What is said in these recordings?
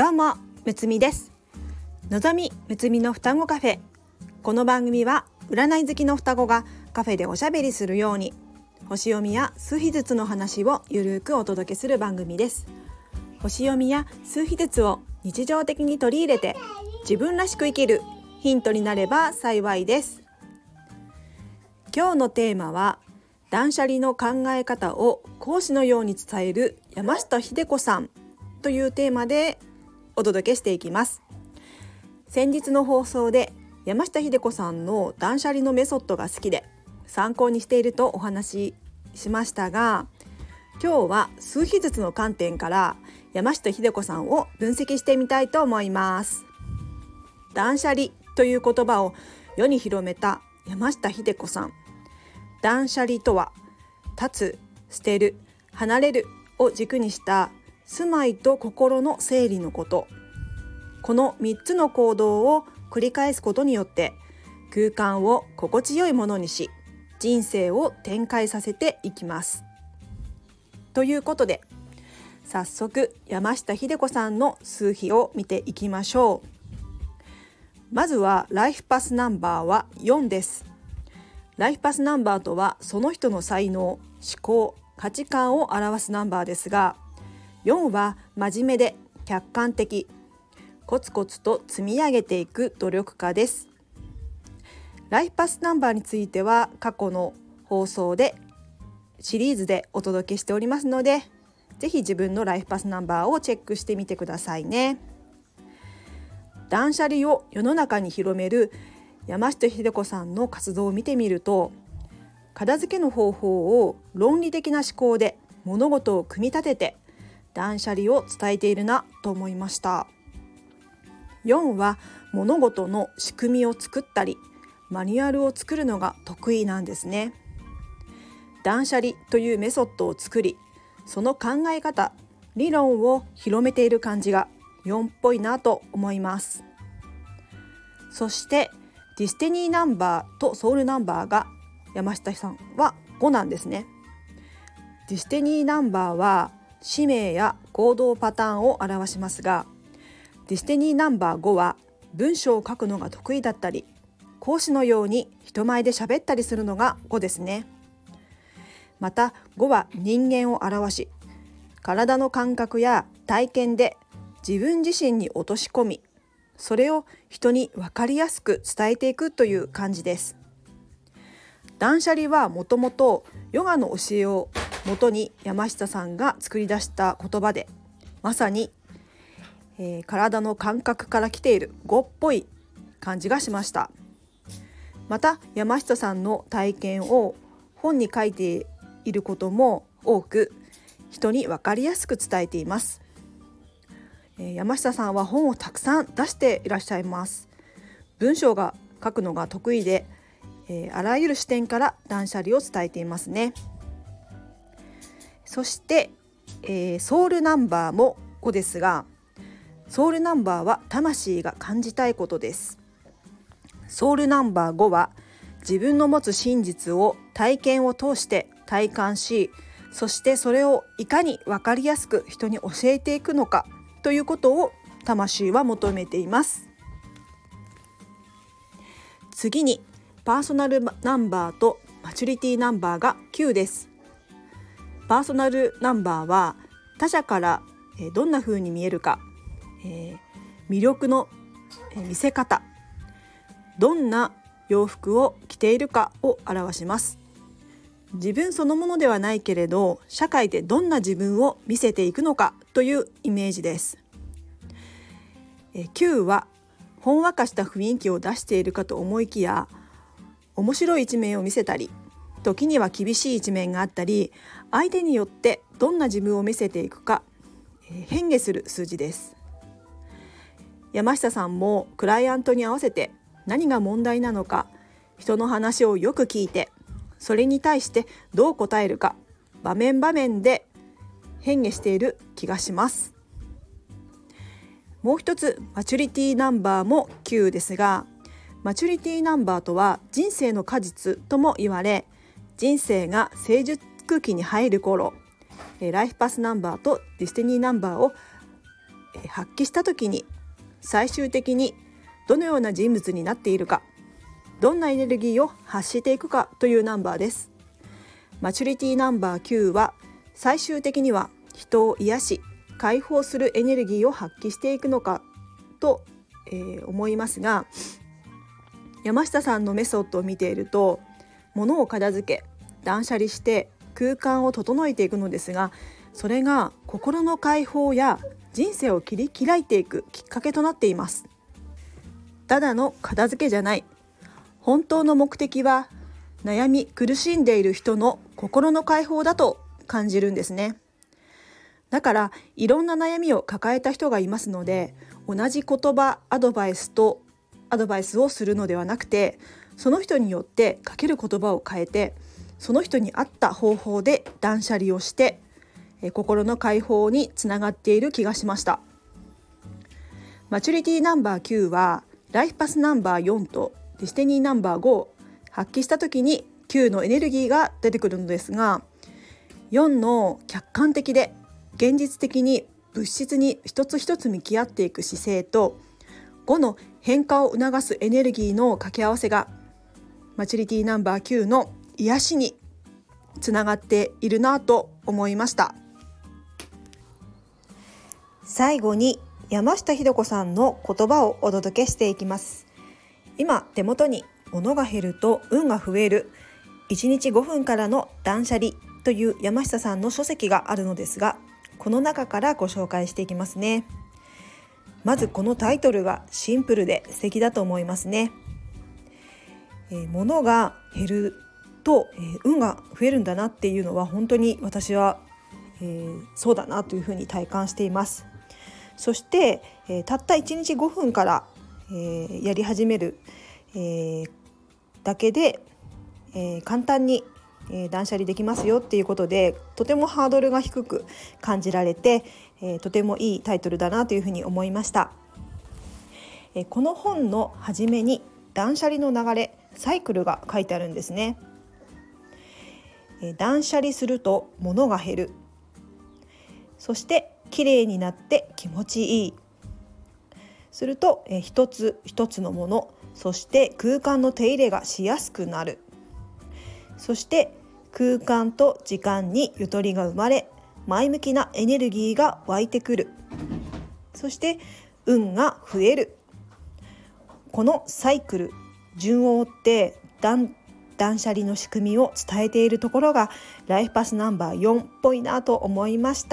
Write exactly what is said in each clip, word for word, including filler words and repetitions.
どうもむつみです。のぞみむつみの双子カフェ。この番組は占い好きの双子がカフェでおしゃべりするように星読みや数秘術の話をゆるくお届けする番組です。星読みや数秘術を日常的に取り入れて自分らしく生きるヒントになれば幸いです。今日のテーマは断捨離の考え方を講師のように伝える山下秀子さんというテーマでお届けしていきます。先日の放送で山下秀子さんの断捨離のメソッドが好きで参考にしているとお話ししましたが、今日は数秘術の観点から山下秀子さんを分析してみたいと思います。断捨離という言葉を世に広めた山下秀子さん。断捨離とは立つ、捨てる、離れるを軸にした住まいと心の整理のこと。このみっつの行動を繰り返すことによって空間を心地よいものにし、人生を展開させていきます。ということで早速山下秀子さんの数秘を見ていきましょう。まずはライフパスナンバーはよんです。ライフパスナンバーとはその人の才能、思考、価値観を表すナンバーですが、よんは真面目で客観的、コツコツと積み上げていく努力家です。ライフパスナンバーについては過去の放送でシリーズでお届けしておりますので、ぜひ自分のライフパスナンバーをチェックしてみてくださいね。断捨離を世の中に広める山下秀子さんの活動を見てみると、片付けの方法を論理的な思考で物事を組み立てて断捨離を伝えているなと思いました。よんは物事の仕組みを作ったりマニュアルを作るのが得意なんですね。断捨離というメソッドを作り、その考え方、理論を広めている感じがよんっぽいなと思います。そしてディスティニーナンバーとソウルナンバーが山下さんはごなんですね。ディスティニーナンバーは使命や行動パターンを表しますが、ディスティニーナンバーごは文章を書くのが得意だったり、講師のように人前で喋ったりするのがごですね。またごは人間を表し、体の感覚や体験で自分自身に落とし込み、それを人に分かりやすく伝えていくという感じです。断捨離はもともとヨガの教えをもとに山下さんが作り出した言葉で、まさに、えー、体の感覚から来ているごっぽい感じがしました。また山下さんの体験を本に書いていることも多く、人に分かりやすく伝えています。えー、山下さんは本をたくさん出していらっしゃいます。文章が書くのが得意で、えー、あらゆる視点から断捨離を伝えていますね。そして、えー、ソウルナンバーもごですが、ソウルナンバーは魂が感じたいことです。ソウルナンバーごは自分の持つ真実を体験を通して体感し、そしてそれをいかに分かりやすく人に教えていくのかということを魂は求めています。次にパーソナルナンバーとマチュリティナンバーがきゅうです。パーソナルナンバーは他者からどんな風に見えるか、えー、魅力の見せ方、どんな洋服を着ているかを表します。自分そのものではないけれど、社会でどんな自分を見せていくのかというイメージです。えきゅうはほんわかした雰囲気を出しているかと思いきや、面白い一面を見せたり、時には厳しい一面があったり、相手によってどんな自分を見せていくか、えー、変化する数字です。山下さんもクライアントに合わせて何が問題なのか、人の話をよく聞いて、それに対してどう答えるか、場面場面で変化している気がします。もう一つマチュリティナンバーもきゅうですが、マチュリティナンバーとは人生の果実とも言われ、人生が成熟期に入る頃、ライフパスナンバーとディスティニーナンバーを発揮した時に最終的にどのような人物になっているか、どんなエネルギーを発していくかというナンバーです。マチュリティナンバーきゅうは最終的には人を癒し解放するエネルギーを発揮していくのかと、えー、思いますが、山下さんのメソッドを見ていると、物を片付け断捨離して空間を整えていくのですが、それが心の解放や人生を切り開いていくきっかけとなっています。ただの片付けじゃない。本当の目的は悩み苦しんでいる人の心の解放だと感じるんですね。だからいろんな悩みを抱えた人がいますので、同じ言葉アドバイスとアドバイスをするのではなくて、その人によってかける言葉を変えて、その人に合った方法で断捨離をしてえ心の解放につながっている気がしました。マチュリティナンバーきゅうはライフパスナンバーよんとディスティニーナンバーごを発揮した時にきゅうのエネルギーが出てくるのですが、よんの客観的で現実的に物質に一つ一つ向き合っていく姿勢と、ごの変化を促すエネルギーの掛け合わせがマチュリティナンバーきゅうの癒しにつながっているなと思いました。最後に山下ひど子さんの言葉をお届けしていきます。今手元に物が減ると運が増えるいちにちごふんからの断捨離という山下さんの書籍があるのですが、この中からご紹介していきますね。まずこのタイトルがシンプルで素敵だと思いますね。えー、物が減ると、えー、運が増えるんだなっていうのは本当に私は、えー、そうだなというふうに体感しています。そして、えー、たったいちにちごふんから、えー、やり始める、えー、だけで、えー、簡単に、えー、断捨離できますよっていうことで、とてもハードルが低く感じられて、えー、とてもいいタイトルだなというふうに思いました。えー、この本の初めに断捨離の流れ、サイクルが書いてあるんですね。えー、断捨離すると物が減る。そしてきれいになって気持ちいい。すると、えー、一つ一つのもの、そして空間の手入れがしやすくなる。そして空間と時間にゆとりが生まれ、前向きなエネルギーが湧いてくる。そして運が増える。このサイクル、順を追って断断捨離の仕組みを伝えているところがライフパスナンバーよんっぽいなと思いました。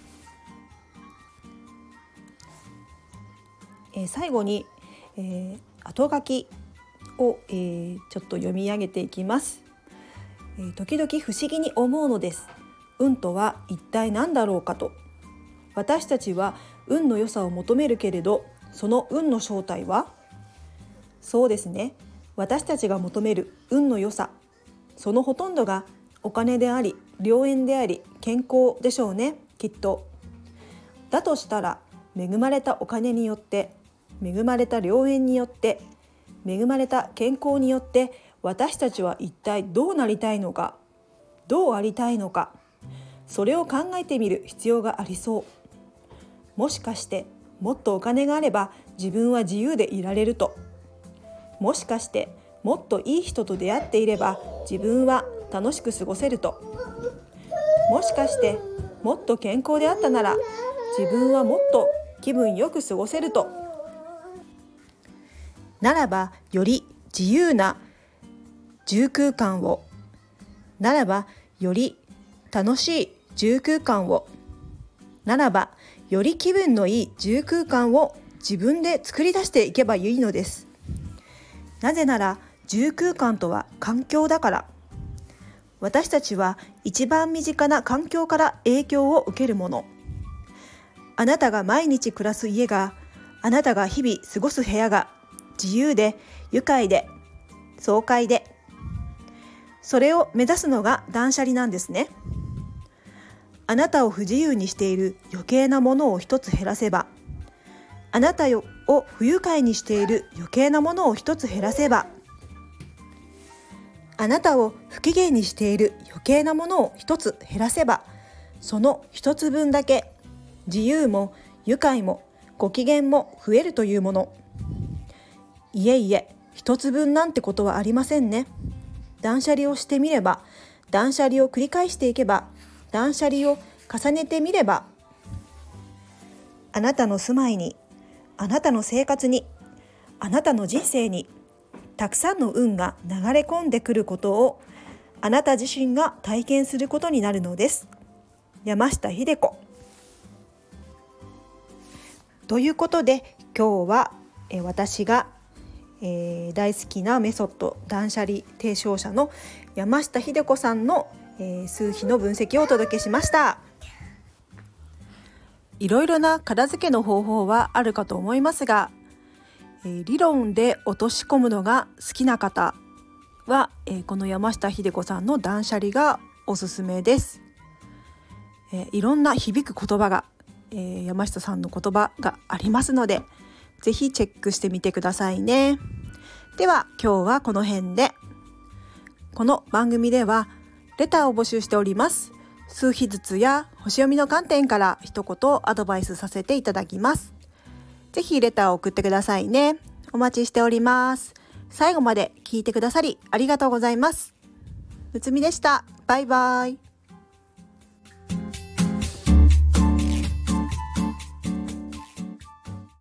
えー、最後に、えー、後書きを、えー、ちょっと読み上げていきます。えー、時々不思議に思うのです。運とは一体何だろうかと。私たちは運の良さを求めるけれど、その運の正体は？そうですね。私たちが求める運の良さ、そのほとんどがお金であり、良縁であり、健康でしょうね、きっと。だとしたら、恵まれたお金によって、恵まれた良縁によって、恵まれた健康によって、私たちは一体どうなりたいのか、どうありたいのか、それを考えてみる必要がありそう。もしかしてもっとお金があれば自分は自由でいられると。もしかしてもっといい人と出会っていれば自分は楽しく過ごせると。もしかしてもっと健康であったなら自分はもっと気分よく過ごせると。ならばより自由な住空間を、ならばより楽しい住空間を、ならばより気分のいい住空間を自分で作り出していけばいいのです。なぜなら住空間とは環境だから。私たちは一番身近な環境から影響を受けるもの。あなたが毎日暮らす家が、あなたが日々過ごす部屋が自由で愉快で爽快で、それを目指すのが断捨離なんですね。あなたを不自由にしている余計なものを一つ減らせば、あなたを不愉快にしている余計なものを一つ減らせば、あなたを不機嫌にしている余計なものを一つ減らせば、その一つ分だけ自由も愉快もご機嫌も増えるというもの。いえいえ、一つ分なんてことはありませんね。断捨離をしてみれば、断捨離を繰り返していけば、断捨離を重ねてみれば、あなたの住まいに、あなたの生活に、あなたの人生にたくさんの運が流れ込んでくることをあなた自身が体験することになるのです。山下秀子。ということで今日はえ私が、えー、大好きなメソッド断捨離提唱者の山下秀子さんの、えー、数秘の分析をお届けしました。いろいろな片付けの方法はあるかと思いますが、えー、理論で落とし込むのが好きな方は、えー、この山下秀子さんの断捨離がおすすめです。えー、いろんな響く言葉がえー、山下さんの言葉がありますので、ぜひチェックしてみてくださいね。では今日はこの辺で。この番組ではレターを募集しております。数秘術や星読みの観点から一言アドバイスさせていただきます。ぜひレターを送ってくださいね。お待ちしております。最後まで聞いてくださりありがとうございます。むつみでした。バイバイ。